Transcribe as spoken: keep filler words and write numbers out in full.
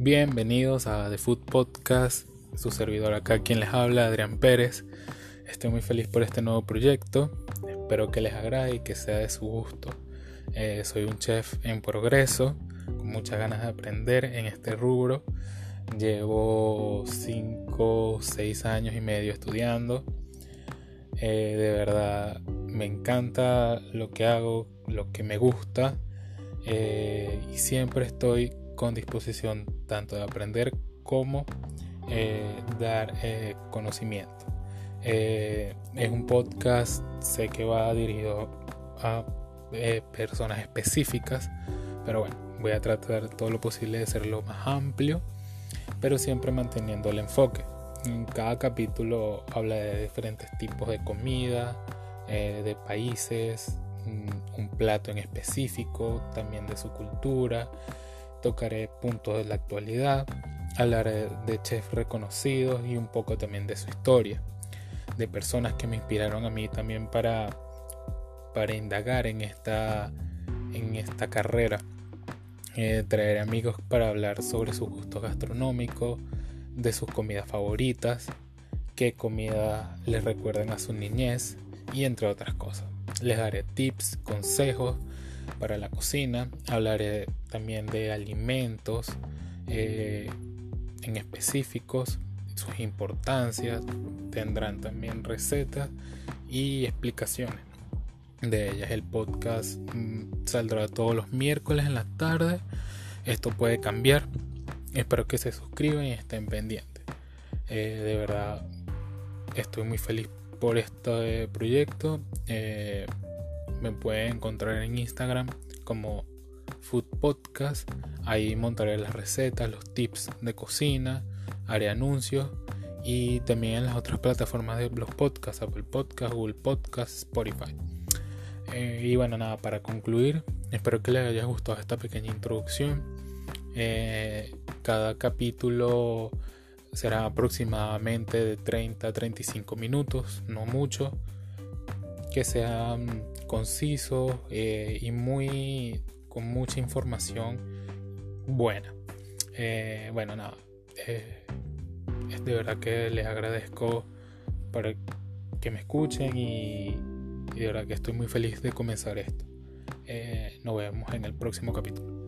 Bienvenidos a The Food Podcast, su servidor acá quien les habla, Adrián Pérez. Estoy muy feliz por este nuevo proyecto, espero que les agrade y que sea de su gusto. Eh, soy un chef en progreso, con muchas ganas de aprender en este rubro. Llevo cinco o seis años y medio estudiando. Eh, de verdad me encanta lo que hago, lo que me gusta, eh, y siempre estoy con disposición tanto de aprender como eh, dar eh, conocimiento. Eh, es un podcast, sé que va dirigido a eh, personas específicas, pero bueno, voy a tratar todo lo posible de ser lo más amplio, pero siempre manteniendo el enfoque. En cada capítulo habla de diferentes tipos de comida, eh, de países, un plato en específico, también de su cultura. Tocaré puntos de la actualidad, hablaré de chefs reconocidos y un poco también de su historia, de personas que me inspiraron a mí también para, para indagar en esta, en esta carrera. Eh, traeré amigos para hablar sobre sus gustos gastronómicos, de sus comidas favoritas, qué comidas les recuerdan a su niñez y entre otras cosas. Les daré tips, consejos para la cocina, hablaré también de alimentos eh, en específicos, sus importancias, tendrán también recetas y explicaciones de ellas. El podcast mmm, saldrá todos los miércoles en la tarde. Esto puede cambiar, espero que se suscriban y estén pendientes. Eh, de verdad estoy muy feliz por este proyecto. eh, Me pueden encontrar en Instagram como Food Podcast. Ahí montaré las recetas, los tips de cocina, haré anuncios y también en las otras plataformas de los podcasts, Apple Podcast, Google Podcast, Spotify. Eh, y bueno, nada, para concluir, espero que les haya gustado esta pequeña introducción. Eh, cada capítulo será aproximadamente de treinta a treinta y cinco minutos, no mucho. Que sean concisos eh, y muy con mucha información buena. Eh, bueno, nada, eh, es de verdad que les agradezco para que me escuchen y, y de verdad que estoy muy feliz de comenzar esto. Eh, nos vemos en el próximo capítulo.